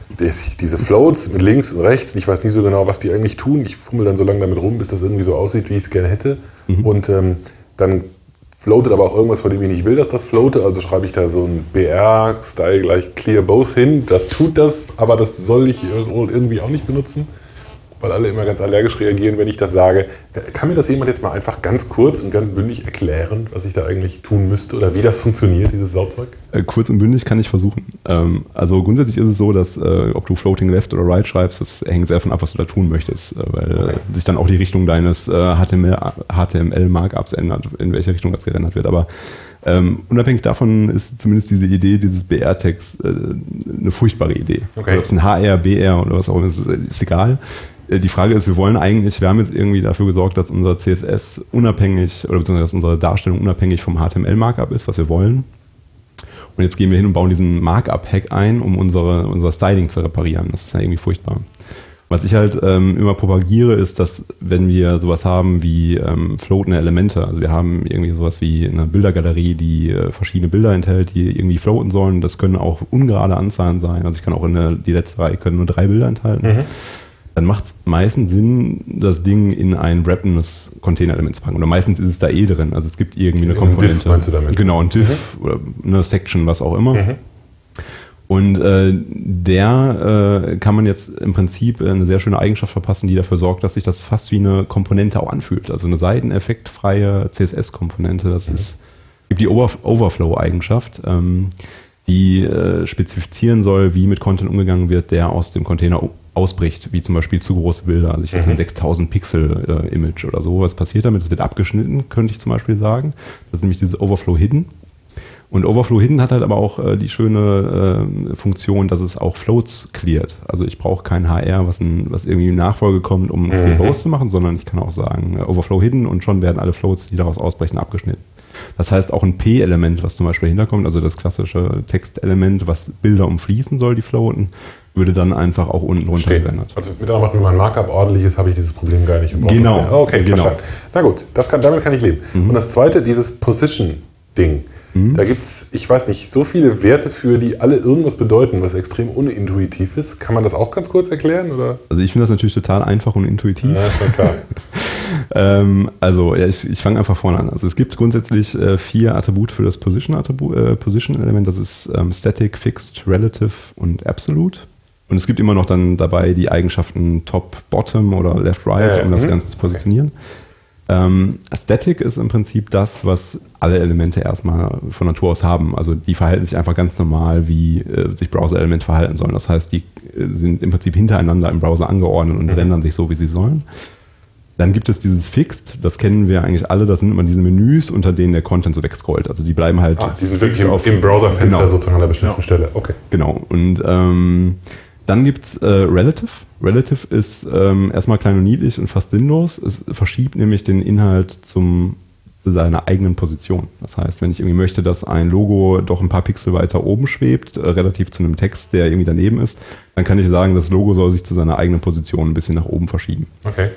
diese Floats mit links und rechts, ich weiß nicht so genau, was die eigentlich tun. Ich fummel dann so lange damit rum, bis das irgendwie so aussieht, wie ich es gerne hätte. Und dann floatet aber auch irgendwas, von dem ich nicht will, dass das floate. Also schreibe ich da so ein BR-Style gleich Clear Both hin. Das tut das, aber das soll ich irgendwie auch nicht benutzen, weil alle immer ganz allergisch reagieren, wenn ich das sage. Kann mir das jemand jetzt mal einfach ganz kurz und ganz bündig erklären, was ich da eigentlich tun müsste oder wie das funktioniert, dieses Sauzeug? Kurz und bündig kann ich versuchen. Also grundsätzlich ist es so, dass ob du Floating Left oder Right schreibst, das hängt sehr davon ab, was du da tun möchtest, weil sich dann auch die Richtung deines HTML-Markups ändert, in welche Richtung das gerendert wird. Aber unabhängig davon ist zumindest diese Idee dieses BR-Text eine furchtbare Idee. Okay. Also ob es ein HR, BR oder was auch immer ist, ist egal. Die Frage ist, wir haben jetzt irgendwie dafür gesorgt, dass unser CSS unabhängig oder beziehungsweise dass unsere Darstellung unabhängig vom HTML-Markup ist, was wir wollen. Und jetzt gehen wir hin und bauen diesen Markup-Hack ein, um unser Styling zu reparieren. Das ist ja irgendwie furchtbar. Was ich halt immer propagiere, ist, dass wenn wir sowas haben wie floatende Elemente, also wir haben irgendwie sowas wie eine Bildergalerie, die verschiedene Bilder enthält, die irgendwie floaten sollen. Das können auch ungerade Anzahlen sein. Also ich kann auch die letzte Reihe können nur 3 Bilder enthalten. Dann macht es meistens Sinn, das Ding in ein wrappendes Container-Element zu packen. Oder meistens ist es da drin. Also es gibt irgendwie eine Komponente. Div meinst du damit? Genau, ein Div oder eine Section, was auch immer. Und der kann man jetzt im Prinzip eine sehr schöne Eigenschaft verpassen, die dafür sorgt, dass sich das fast wie eine Komponente auch anfühlt. Also eine seiteneffektfreie CSS-Komponente. Es gibt die Overflow-Eigenschaft, die spezifizieren soll, wie mit Content umgegangen wird, der aus dem Container ausbricht, wie zum Beispiel zu große Bilder. Also ich hätte ein 6000 Pixel Image oder so. Was passiert damit? Es wird abgeschnitten, könnte ich zum Beispiel sagen. Das ist nämlich dieses Overflow Hidden. Und Overflow Hidden hat halt aber auch die schöne Funktion, dass es auch Floats cleart. Also ich brauche kein HR, was irgendwie in Nachfolge kommt, um Clear Both zu machen, sondern ich kann auch sagen Overflow Hidden und schon werden alle Floats, die daraus ausbrechen, abgeschnitten. Das heißt auch ein P-Element, was zum Beispiel hinterkommt, also das klassische Textelement, was Bilder umfließen soll, die floaten, würde dann einfach auch unten runter gerendert. Also mit anderen Worten, wenn mein Markup ordentlich ist, habe ich dieses Problem gar nicht. Genau. Okay, genau. Verstanden. Na gut, damit kann ich leben. Und das zweite, dieses Position-Ding. Da gibt es, ich weiß nicht, so viele Werte für, die alle irgendwas bedeuten, was extrem unintuitiv ist. Kann man das auch ganz kurz erklären? Oder? Also ich finde das natürlich total einfach und intuitiv. Ja, ist klar. Ich fange einfach vorne an. Also es gibt grundsätzlich 4 Attribute für das Position-Element. Das ist Static, Fixed, Relative und Absolute. Und es gibt immer noch dann dabei die Eigenschaften Top, Bottom oder Left, Right, um das Ganze zu positionieren. Static ist im Prinzip das, was alle Elemente erstmal von Natur aus haben. Also die verhalten sich einfach ganz normal, wie sich Browser-Elemente verhalten sollen. Das heißt, die sind im Prinzip hintereinander im Browser angeordnet und rendern sich so, wie sie sollen. Dann gibt es dieses Fixed, das kennen wir eigentlich alle, das sind immer diese Menüs, unter denen der Content so wegscrollt. Also die bleiben halt die sind wirklich im Browserfenster sozusagen an einer bestimmten Stelle. Okay. Genau. Und dann gibt es Relative. Relative ist erstmal klein und niedlich und fast sinnlos. Es verschiebt nämlich den Inhalt zu seiner eigenen Position. Das heißt, wenn ich irgendwie möchte, dass ein Logo doch ein paar Pixel weiter oben schwebt, relativ zu einem Text, der irgendwie daneben ist, dann kann ich sagen, das Logo soll sich zu seiner eigenen Position ein bisschen nach oben verschieben. Okay.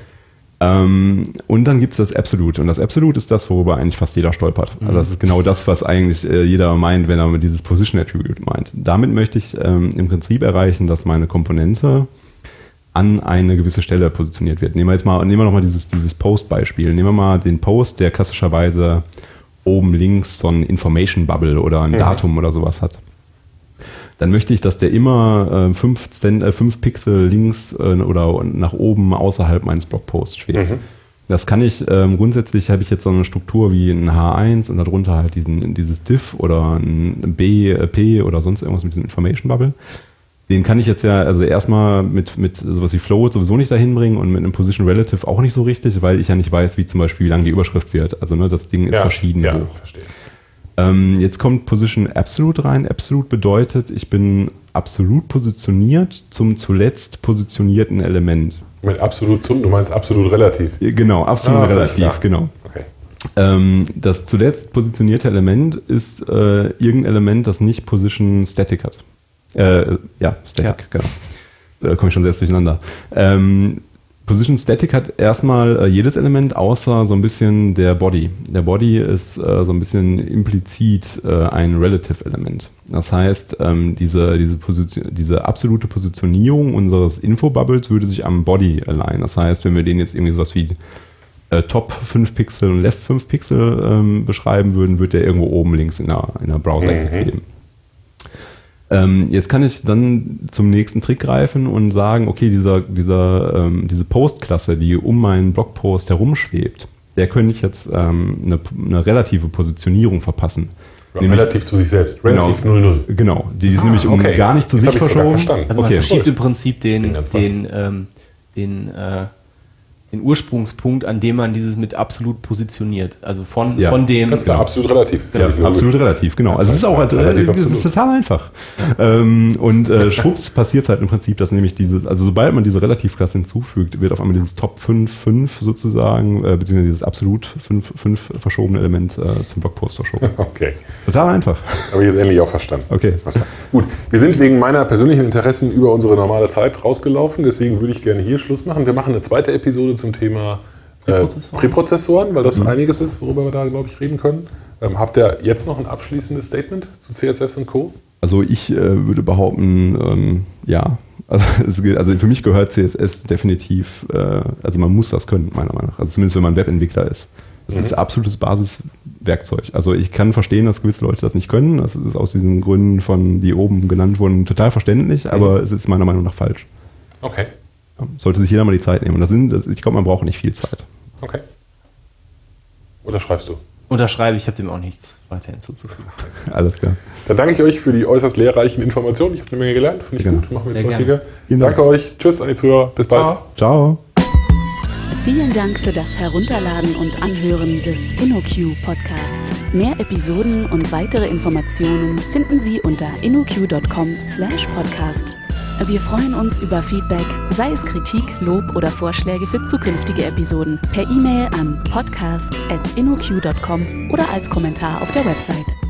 Und dann gibt es das Absolute. Und das Absolute ist das, worüber eigentlich fast jeder stolpert. Also das ist genau das, was eigentlich jeder meint, wenn er mit dieses Position Attribute meint. Damit möchte ich im Prinzip erreichen, dass meine Komponente an eine gewisse Stelle positioniert wird. Nehmen wir nochmal dieses Post-Beispiel. Nehmen wir mal den Post, der klassischerweise oben links so ein Information Bubble oder ein Datum oder sowas hat. Dann möchte ich, dass der immer 5 Pixel links oder nach oben außerhalb meines Blogposts schwebt. Das kann ich, grundsätzlich habe ich jetzt so eine Struktur wie ein H1 und darunter halt dieses Div oder ein BP oder sonst irgendwas mit diesem Information Bubble. Den kann ich jetzt ja also erstmal mit sowas wie Float sowieso nicht dahin bringen und mit einem Position Relative auch nicht so richtig, weil ich ja nicht weiß, wie zum Beispiel, wie lang die Überschrift wird. Also das Ding ist verschieden hoch. Verstehe. Jetzt kommt Position Absolute rein. Absolute bedeutet, ich bin absolut positioniert zum zuletzt positionierten Element. Mit absolut du meinst absolut relativ? Genau, absolut relativ, genau. Okay. Das zuletzt positionierte Element ist irgendein Element, das nicht Position Static hat. Static, genau. Da komme ich schon selbst durcheinander. Position Static hat erstmal jedes Element außer so ein bisschen der Body. Der Body ist so ein bisschen implizit ein Relative Element. Das heißt, diese absolute Positionierung unseres Infobubbles würde sich am Body alignen. Das heißt, wenn wir den jetzt irgendwie sowas wie Top 5 Pixel und Left 5 Pixel beschreiben würden, wird der irgendwo oben links in der Browser-Ecke geben. Jetzt kann ich dann zum nächsten Trick greifen und sagen, okay, diese Post-Klasse, die um meinen Blogpost herumschwebt, der könnte ich jetzt eine relative Positionierung verpassen. Relativ zu sich selbst. Relativ 0,0. Genau, die ist nämlich gar nicht zu sich verschoben. Also man verschiebt im Prinzip den Ursprungspunkt, an dem man dieses mit absolut positioniert. Also von dem... Ganz klar, absolut relativ. Ja, absolut relativ, genau. Also es ist auch es ist total einfach. Und schwupps passiert es halt im Prinzip, dass nämlich sobald man diese Relativklasse hinzufügt, wird auf einmal dieses Top 5 sozusagen, beziehungsweise dieses absolut 5 verschobene Element zum Blogpost verschoben. Okay. Total einfach. Habe ich jetzt endlich auch verstanden. Okay. Gut, wir sind wegen meiner persönlichen Interessen über unsere normale Zeit rausgelaufen, deswegen würde ich gerne hier Schluss machen. Wir machen eine zweite Episode zum Thema Präprozessoren, weil das einiges ist, worüber wir da, glaube ich, reden können. Habt ihr jetzt noch ein abschließendes Statement zu CSS und Co.? Also ich würde behaupten, ja. Also für mich gehört CSS definitiv, also man muss das können, meiner Meinung nach. Also zumindest wenn man Webentwickler ist. Das ist absolutes Basiswerkzeug. Also ich kann verstehen, dass gewisse Leute das nicht können. Das ist aus diesen Gründen, die oben genannt wurden, total verständlich, aber es ist meiner Meinung nach falsch. Okay. Sollte sich jeder mal die Zeit nehmen. Ich glaube, man braucht nicht viel Zeit. Okay. Unterschreibst du? Unterschreibe, ich habe dem auch nichts weiter hinzuzufügen. Alles klar. Dann danke ich euch für die äußerst lehrreichen Informationen. Ich habe eine Menge gelernt, finde ich gut. Machen wir jetzt häufiger. Danke euch. Tschüss an die Zuhörer. Bis bald. Ciao. Vielen Dank für das Herunterladen und Anhören des InnoQ Podcasts. Mehr Episoden und weitere Informationen finden Sie unter innoq.com/podcast. Wir freuen uns über Feedback, sei es Kritik, Lob oder Vorschläge für zukünftige Episoden, per E-Mail an podcast@innoq.com oder als Kommentar auf der Website.